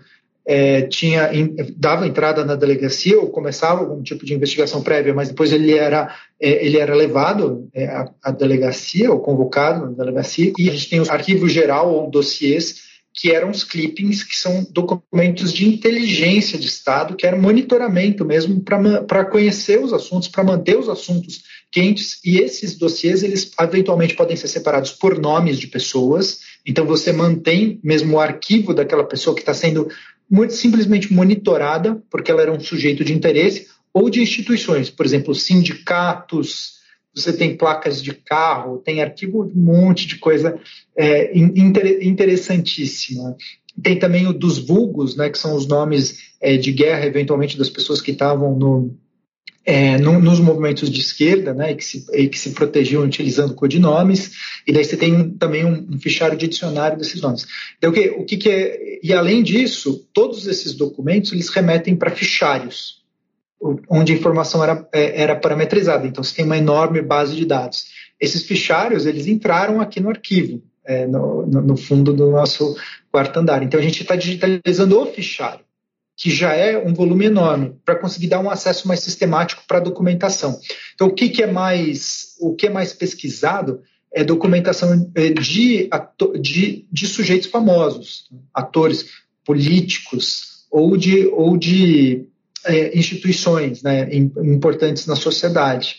dava entrada na delegacia ou começava algum tipo de investigação prévia, mas depois ele era levado à delegacia ou convocado na delegacia. E a gente tem o arquivo geral ou dossiês, que eram os clippings, que são documentos de inteligência de Estado, que era monitoramento mesmo para conhecer os assuntos, para manter os assuntos quentes. E esses dossiês, eles eventualmente podem ser separados por nomes de pessoas. Então você mantém mesmo o arquivo daquela pessoa que está sendo simplesmente monitorada, porque ela era um sujeito de interesse, ou de instituições, por exemplo, sindicatos, você tem placas de carro, tem arquivo de um monte de coisa interessantíssima. Tem também o dos vulgos, né, que são os nomes de guerra, eventualmente, das pessoas que estavam nos movimentos de esquerda, né, e que se protegiam utilizando codinomes, e daí você tem também um fichário de dicionário desses nomes. Então, o que é? E além disso, todos esses documentos eles remetem para fichários, onde a informação era parametrizada. Então, você tem uma enorme base de dados. Esses fichários eles entraram aqui no arquivo, no fundo do nosso quarto andar. Então, a gente está digitalizando o fichário, que já é um volume enorme, para conseguir dar um acesso mais sistemático para a documentação. Então, o que é mais pesquisado é documentação de sujeitos famosos, atores políticos ou de instituições, né, importantes na sociedade.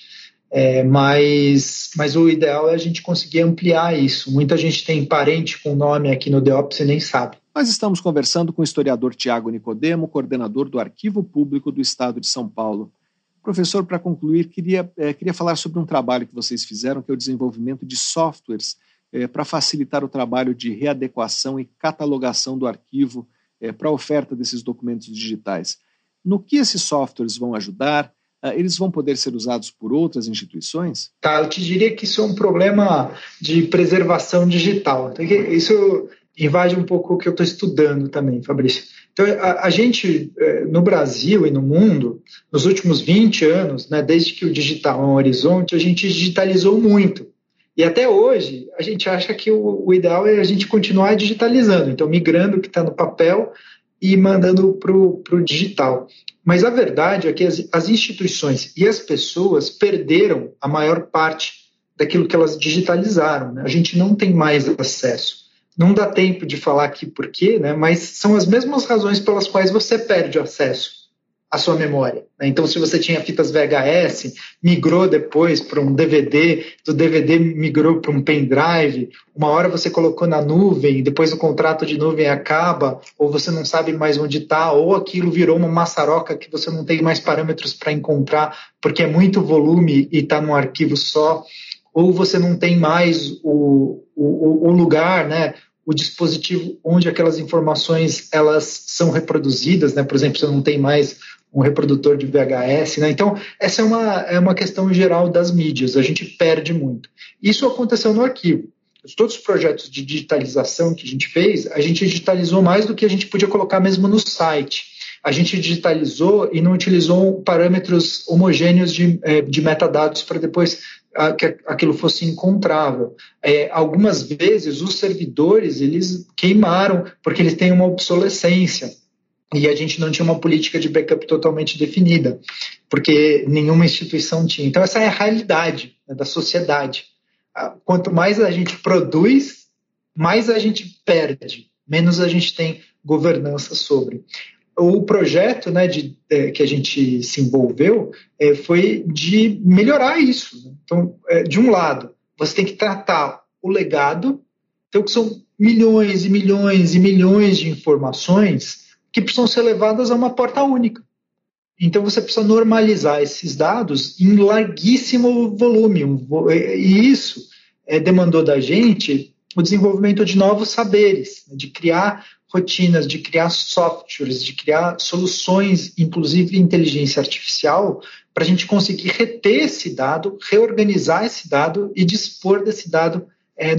Mas o ideal é a gente conseguir ampliar isso. Muita gente tem parente com nome aqui no DEOPS e nem sabe. Nós estamos conversando com o historiador Tiago Nicodemo, coordenador do Arquivo Público do Estado de São Paulo. Professor, para concluir, queria falar sobre um trabalho que vocês fizeram, que é o desenvolvimento de softwares para facilitar o trabalho de readequação e catalogação do arquivo para a oferta desses documentos digitais. No que esses softwares vão ajudar? Eles vão poder ser usados por outras instituições? Tá, eu te diria que isso é um problema de preservação digital. Isso invade um pouco o que eu estou estudando também, Fabrício. Então, a gente, no Brasil e no mundo, nos últimos 20 anos, né, desde que o digital é um horizonte, a gente digitalizou muito. E até hoje, a gente acha que o ideal é a gente continuar digitalizando, então migrando o que está no papel e mandando para o digital. Mas a verdade é que as instituições e as pessoas perderam a maior parte daquilo que elas digitalizaram, né? A gente não tem mais acesso. Não dá tempo de falar aqui por quê, né? Mas são as mesmas razões pelas quais você perde acesso à sua memória, né? Então, se você tinha fitas VHS, migrou depois para um DVD, do DVD migrou para um pendrive, uma hora você colocou na nuvem, depois o contrato de nuvem acaba, ou você não sabe mais onde está, ou aquilo virou uma maçaroca que você não tem mais parâmetros para encontrar, porque é muito volume e está num arquivo só, ou você não tem mais o lugar, né? o dispositivo onde aquelas informações elas são reproduzidas, né? Por exemplo, você não tem mais um reprodutor de VHS, né? Então, essa é uma questão geral das mídias, a gente perde muito. Isso aconteceu no arquivo. Todos os projetos de digitalização que a gente fez, a gente digitalizou mais do que a gente podia colocar mesmo no site. A gente digitalizou e não utilizou parâmetros homogêneos de metadados para depois que aquilo fosse encontrável. Algumas vezes os servidores eles queimaram porque eles têm uma obsolescência e a gente não tinha uma política de backup totalmente definida, porque nenhuma instituição tinha. Então essa é a realidade, né, da sociedade. Quanto mais a gente produz, mais a gente perde, menos a gente tem governança sobre. O projeto, né, que a gente se envolveu foi de melhorar isso. Então, de um lado, você tem que tratar o legado, então que são milhões e milhões e milhões de informações que precisam ser levadas a uma porta única. Então, você precisa normalizar esses dados em larguíssimo volume. E isso demandou da gente o desenvolvimento de novos saberes, de criar rotinas, de criar softwares, de criar soluções, inclusive inteligência artificial, para a gente conseguir reter esse dado, reorganizar esse dado e dispor desse dado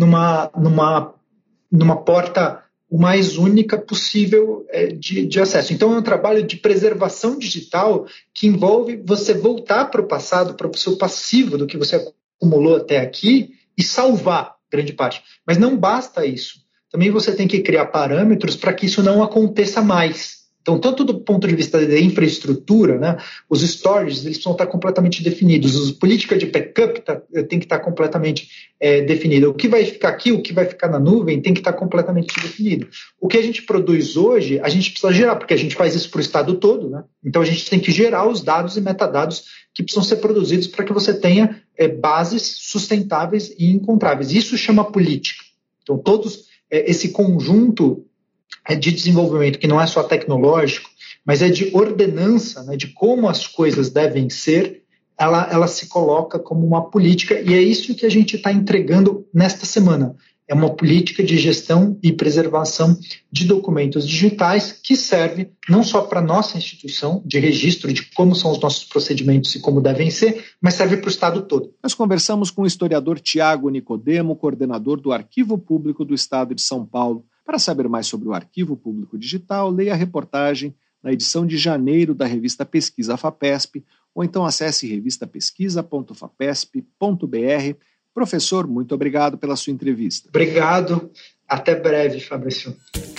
numa porta o mais única possível de acesso. Então, é um trabalho de preservação digital que envolve você voltar para o passado, para o seu passivo do que você acumulou até aqui e salvar grande parte. Mas não basta isso. Também você tem que criar parâmetros para que isso não aconteça mais. Então, tanto do ponto de vista da infraestrutura, né, os storages eles precisam estar completamente definidos, a política de backup tem que estar completamente definida. O que vai ficar aqui, o que vai ficar na nuvem tem que estar completamente definido. O que a gente produz hoje, a gente precisa gerar, porque a gente faz isso para o estado todo, né? Então a gente tem que gerar os dados e metadados que precisam ser produzidos para que você tenha bases sustentáveis e encontráveis. Isso chama política. Então, esse conjunto de desenvolvimento, que não é só tecnológico, mas é de ordenança, né, de como as coisas devem ser, ela se coloca como uma política, e é isso que a gente está entregando nesta semana. É uma política de gestão e preservação de documentos digitais que serve não só para a nossa instituição, de registro de como são os nossos procedimentos e como devem ser, mas serve para o Estado todo. Nós conversamos com o historiador Tiago Nicodemo, coordenador do Arquivo Público do Estado de São Paulo. Para saber mais sobre o Arquivo Público Digital, leia a reportagem na edição de janeiro da revista Pesquisa FAPESP, ou então acesse revistapesquisa.fapesp.br. Professor, muito obrigado pela sua entrevista. Obrigado. Até breve, Fabrício.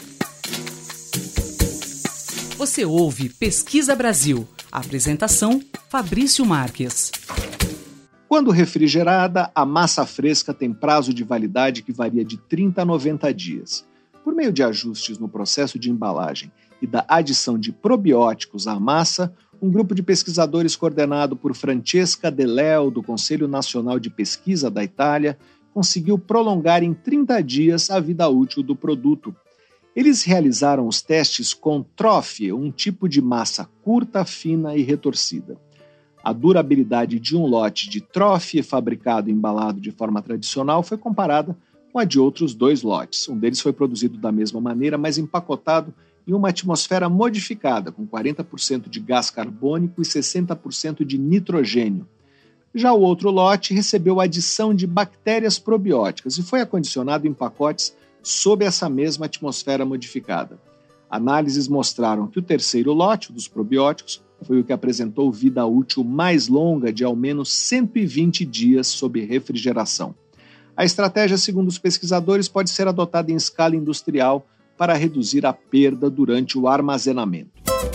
Você ouve Pesquisa Brasil. Apresentação, Fabrício Marques. Quando refrigerada, a massa fresca tem prazo de validade que varia de 30 a 90 dias. Por meio de ajustes no processo de embalagem e da adição de probióticos à massa, um grupo de pesquisadores coordenado por Francesca De Leo, do Conselho Nacional de Pesquisa da Itália, conseguiu prolongar em 30 dias a vida útil do produto. Eles realizaram os testes com trofie, um tipo de massa curta, fina e retorcida. A durabilidade de um lote de trofie fabricado e embalado de forma tradicional foi comparada com a de outros 2 lotes. Um deles foi produzido da mesma maneira, mas empacotado em uma atmosfera modificada, com 40% de gás carbônico e 60% de nitrogênio. Já o outro lote recebeu a adição de bactérias probióticas e foi acondicionado em pacotes sob essa mesma atmosfera modificada. Análises mostraram que o terceiro lote, dos probióticos, foi o que apresentou vida útil mais longa de ao menos 120 dias sob refrigeração. A estratégia, segundo os pesquisadores, pode ser adotada em escala industrial para reduzir a perda durante o armazenamento.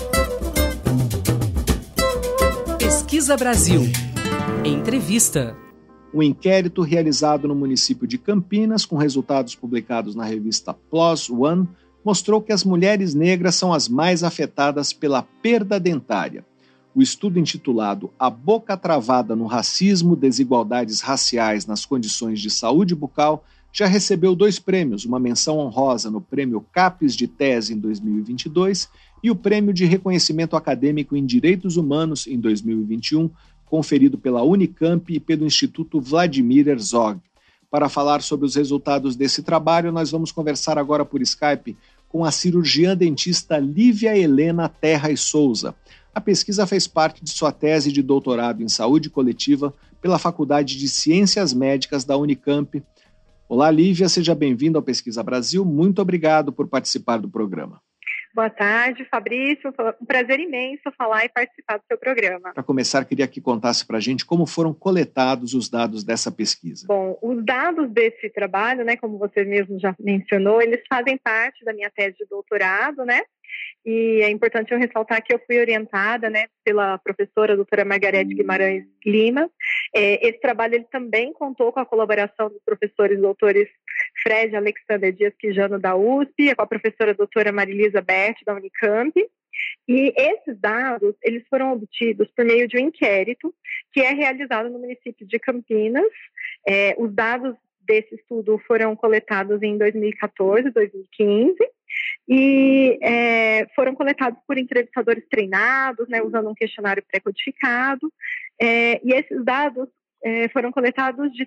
Pesquisa Brasil. Entrevista. Um inquérito realizado no município de Campinas, com resultados publicados na revista PLOS ONE, mostrou que as mulheres negras são as mais afetadas pela perda dentária. O estudo intitulado A Boca Travada no Racismo, Desigualdades Raciais nas Condições de Saúde Bucal já recebeu 2 prêmios, uma menção honrosa no Prêmio CAPES de Tese em 2022 e o Prêmio de Reconhecimento Acadêmico em Direitos Humanos em 2021, conferido pela Unicamp e pelo Instituto Vladimir Herzog. Para falar sobre os resultados desse trabalho, nós vamos conversar agora por Skype com a cirurgiã dentista Lívia Helena Terra e Souza. A pesquisa fez parte de sua tese de doutorado em saúde coletiva pela Faculdade de Ciências Médicas da Unicamp. Olá, Lívia, seja bem-vinda ao Pesquisa Brasil. Muito obrigado por participar do programa. Boa tarde, Fabrício. Um prazer imenso falar e participar do seu programa. Para começar, queria que contasse para a gente como foram coletados os dados dessa pesquisa. Bom, os dados desse trabalho, como você mesmo já mencionou, eles fazem parte da minha tese de doutorado, E é importante eu ressaltar que eu fui orientada, pela professora doutora Margarete Guimarães Lima. Esse trabalho ele também contou com a colaboração dos professores doutores Fred Alexander Dias Quijano da USP, com a professora doutora Marilisa Berti da Unicamp. E esses dados, eles foram obtidos por meio de um inquérito que é realizado no município de Campinas. Os dados desse estudo foram coletados em 2014, 2015, e foram coletados por entrevistadores treinados, usando um questionário pré-codificado, e esses dados foram coletados de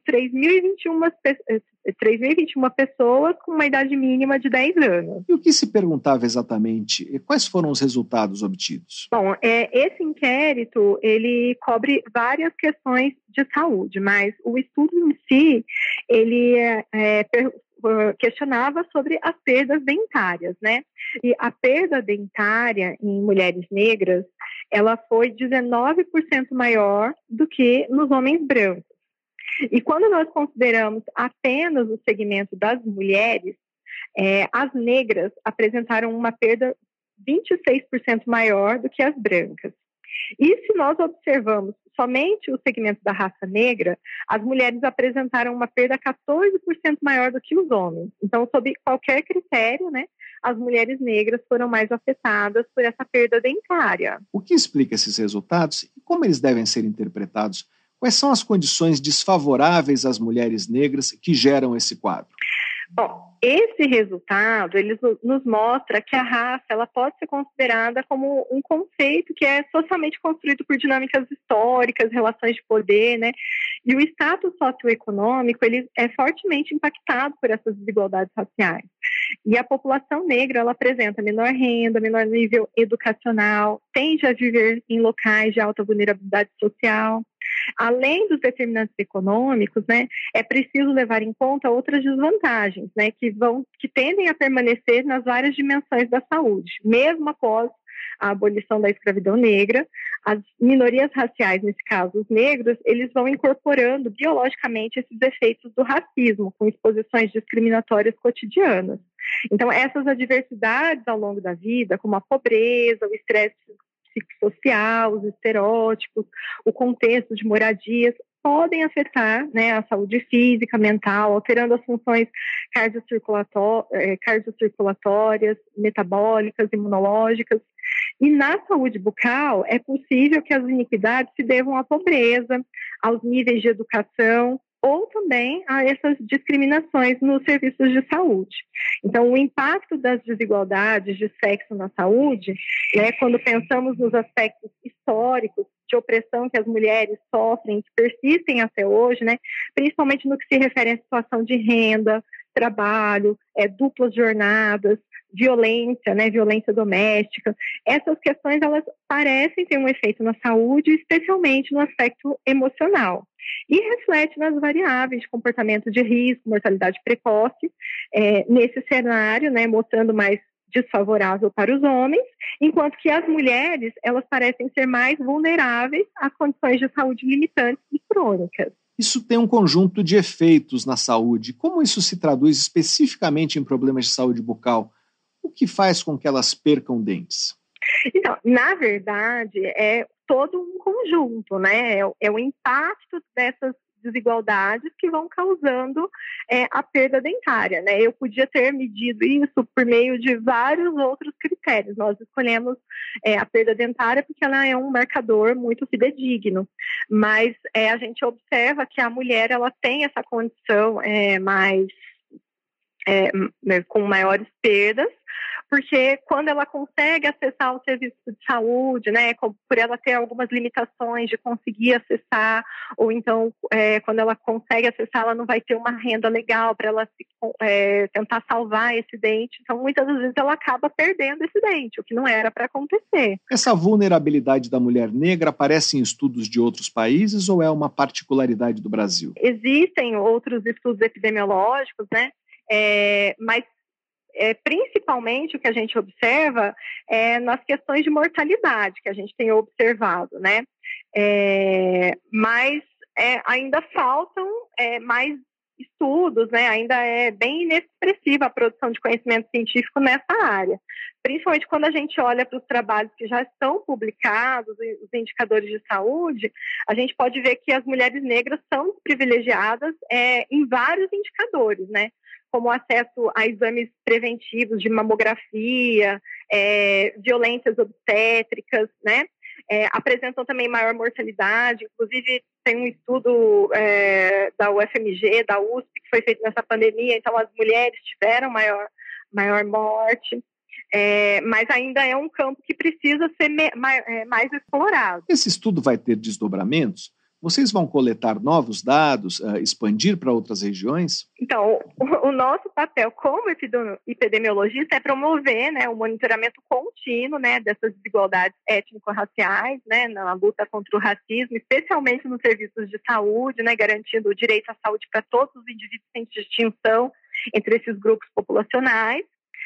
3.021 pessoas com uma idade mínima de 10 anos. E o que se perguntava exatamente? Quais foram os resultados obtidos? Bom, esse inquérito, ele cobre várias questões de saúde, mas o estudo em si, ele questionava sobre as perdas dentárias, E a perda dentária em mulheres negras, ela foi 19% maior do que nos homens brancos. E quando nós consideramos apenas o segmento das mulheres, as negras apresentaram uma perda 26% maior do que as brancas. E se nós observamos somente o segmento da raça negra, as mulheres apresentaram uma perda 14% maior do que os homens. Então, sob qualquer critério, as mulheres negras foram mais afetadas por essa perda dentária. O que explica esses resultados e como eles devem ser interpretados? Quais são as condições desfavoráveis às mulheres negras que geram esse quadro? Bom, esse resultado, ele nos mostra que a raça ela pode ser considerada como um conceito que é socialmente construído por dinâmicas históricas, relações de poder, E o status socioeconômico, ele é fortemente impactado por essas desigualdades raciais. E a população negra, ela apresenta menor renda, menor nível educacional, tende a viver em locais de alta vulnerabilidade social. Além dos determinantes econômicos, é preciso levar em conta outras desvantagens, que tendem a permanecer nas várias dimensões da saúde, mesmo após a abolição da escravidão negra. As minorias raciais, nesse caso os negros, eles vão incorporando biologicamente esses efeitos do racismo, com exposições discriminatórias cotidianas. Então, essas adversidades ao longo da vida, como a pobreza, o estresse psicossocial, os estereótipos, o contexto de moradias, podem afetar a saúde física, mental, alterando as funções cardiocirculatórias, metabólicas, imunológicas. E na saúde bucal, é possível que as iniquidades se devam à pobreza, aos níveis de educação, ou também a essas discriminações nos serviços de saúde. Então, o impacto das desigualdades de sexo na saúde, quando pensamos nos aspectos históricos de opressão que as mulheres sofrem, que persistem até hoje, principalmente no que se refere à situação de renda, trabalho, duplas jornadas, violência doméstica. Essas questões, elas parecem ter um efeito na saúde, especialmente no aspecto emocional. E reflete nas variáveis de comportamento de risco, mortalidade precoce, nesse cenário, mostrando mais desfavorável para os homens, enquanto que as mulheres, elas parecem ser mais vulneráveis a condições de saúde limitantes e crônicas. Isso tem um conjunto de efeitos na saúde. Como isso se traduz especificamente em problemas de saúde bucal? O que faz com que elas percam dentes? Então, na verdade, é todo um conjunto, É o impacto dessas desigualdades que vão causando a perda dentária, Eu podia ter medido isso por meio de vários outros critérios. Nós escolhemos a perda dentária porque ela é um marcador muito fidedigno, mas a gente observa que a mulher ela tem essa condição mais com maiores perdas, porque quando ela consegue acessar o serviço de saúde, né, por ela ter algumas limitações de conseguir acessar, ou então quando ela consegue acessar, ela não vai ter uma renda legal para ela tentar salvar esse dente. Então, muitas das vezes ela acaba perdendo esse dente, o que não era para acontecer. Essa vulnerabilidade da mulher negra aparece em estudos de outros países ou é uma particularidade do Brasil? Existem outros estudos epidemiológicos, né? Mas principalmente o que a gente observa é nas questões de mortalidade que a gente tem observado, né? Mas ainda faltam mais estudos, né? Ainda é bem inexpressiva a produção de conhecimento científico nessa área. Principalmente quando a gente olha para os trabalhos que já estão publicados, os indicadores de saúde, a gente pode ver que as mulheres negras são privilegiadas em vários indicadores, né? Como acesso a exames preventivos de mamografia, violências obstétricas, né? Apresentam também maior mortalidade. Inclusive, tem um estudo da UFMG, da USP, que foi feito nessa pandemia, então as mulheres tiveram maior morte. Mas ainda é um campo que precisa ser mais explorado. Esse estudo vai ter desdobramentos? Vocês vão coletar novos dados, expandir para outras regiões? Então, o nosso papel como epidemiologista é promover, né, o monitoramento contínuo, né, dessas desigualdades étnico-raciais, né, na luta contra o racismo, especialmente nos serviços de saúde, né, garantindo o direito à saúde para todos os indivíduos sem distinção entre esses grupos populacionais.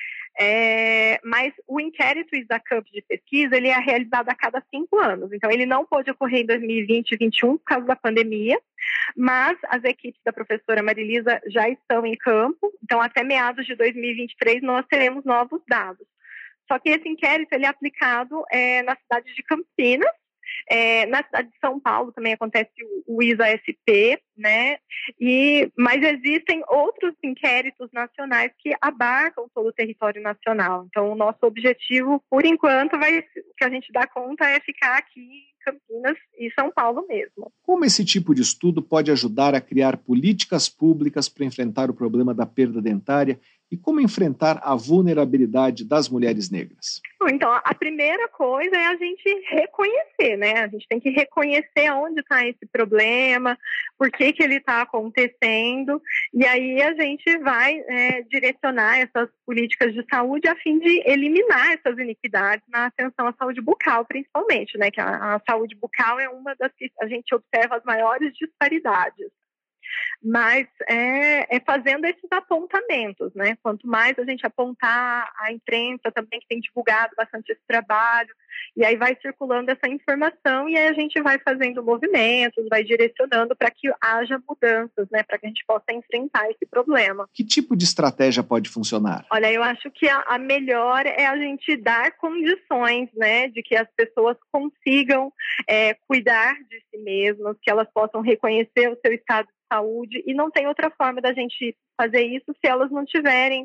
Mas o inquérito ISACAMP de pesquisa, ele é realizado a cada 5 anos. Então, ele não pôde ocorrer em 2020 e 2021 por causa da pandemia, mas as equipes da professora Marilisa já estão em campo. Então, até meados de 2023, nós teremos novos dados. Só que esse inquérito ele é aplicado na cidade de Campinas. Na cidade de São Paulo também acontece o ISA-SP, né? Mas existem outros inquéritos nacionais que abarcam todo o território nacional. Então, o nosso objetivo, por enquanto, o que a gente dá conta é ficar aqui em Campinas e São Paulo mesmo. Como esse tipo de estudo pode ajudar a criar políticas públicas para enfrentar o problema da perda dentária e como enfrentar a vulnerabilidade das mulheres negras? Então, a primeira coisa é a gente reconhecer, né? A gente tem que reconhecer onde está esse problema, por que ele está acontecendo, e aí a gente vai direcionar essas políticas de saúde a fim de eliminar essas iniquidades na atenção à saúde bucal, principalmente, né? Que a saúde bucal é uma das que a gente observa as maiores disparidades. Mas fazendo esses apontamentos, né? Quanto mais a gente apontar, a imprensa também que tem divulgado bastante esse trabalho, e aí vai circulando essa informação e aí a gente vai fazendo movimentos, vai direcionando para que haja mudanças, né? Para que a gente possa enfrentar esse problema. Que tipo de estratégia pode funcionar? Olha, eu acho que a melhor é a gente dar condições, né? De que as pessoas consigam cuidar de si mesmas, que elas possam reconhecer o seu estado de saúde, e não tem outra forma da gente fazer isso se elas não tiverem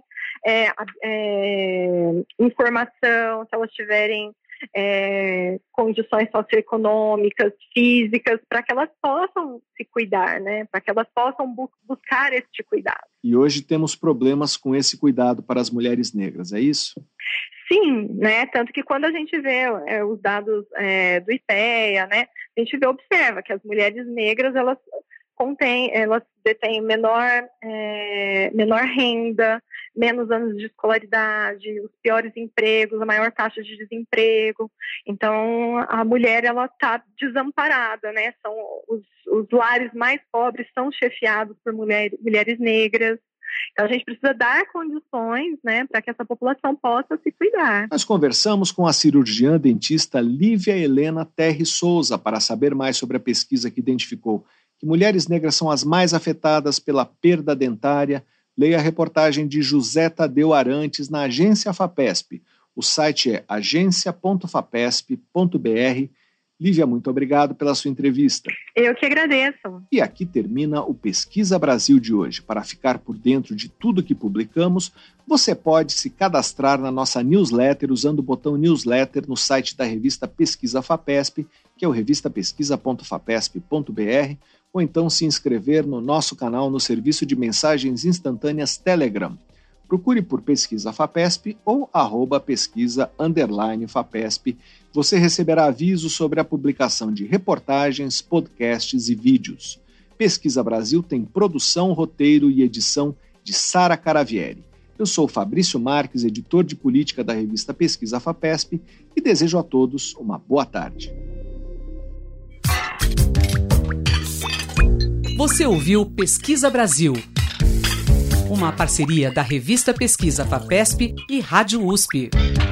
informação, se elas tiverem condições socioeconômicas, físicas, para que elas possam se cuidar, né? Para que elas possam buscar este cuidado. E hoje temos problemas com esse cuidado para as mulheres negras, é isso? Sim, né? Tanto que quando a gente vê os dados do IPEA, né? A gente observa que as mulheres negras, elas detêm menor renda, menos anos de escolaridade, os piores empregos, a maior taxa de desemprego. Então, a mulher, ela está desamparada, né? Os lares mais pobres são chefiados por mulheres negras. Então, a gente precisa dar condições, né, para que essa população possa se cuidar. Nós conversamos com a cirurgiã dentista Lívia Helena Terry Souza para saber mais sobre a pesquisa que identificou que mulheres negras são as mais afetadas pela perda dentária. Leia a reportagem de José Tadeu Arantes na Agência FAPESP. O site é agencia.fapesp.br. Lívia, muito obrigado pela sua entrevista. Eu que agradeço. E aqui termina o Pesquisa Brasil de hoje. Para ficar por dentro de tudo que publicamos, você pode se cadastrar na nossa newsletter usando o botão newsletter no site da revista Pesquisa FAPESP, que é o revistapesquisa.fapesp.br, ou então se inscrever no nosso canal no serviço de mensagens instantâneas Telegram. Procure por Pesquisa FAPESP ou @pesquisa_FAPESP. Você receberá avisos sobre a publicação de reportagens, podcasts e vídeos. Pesquisa Brasil tem produção, roteiro e edição de Sara Caravieri. Eu sou Fabrício Marques, editor de política da revista Pesquisa FAPESP, e desejo a todos uma boa tarde. Você ouviu Pesquisa Brasil, uma parceria da revista Pesquisa FAPESP e Rádio USP.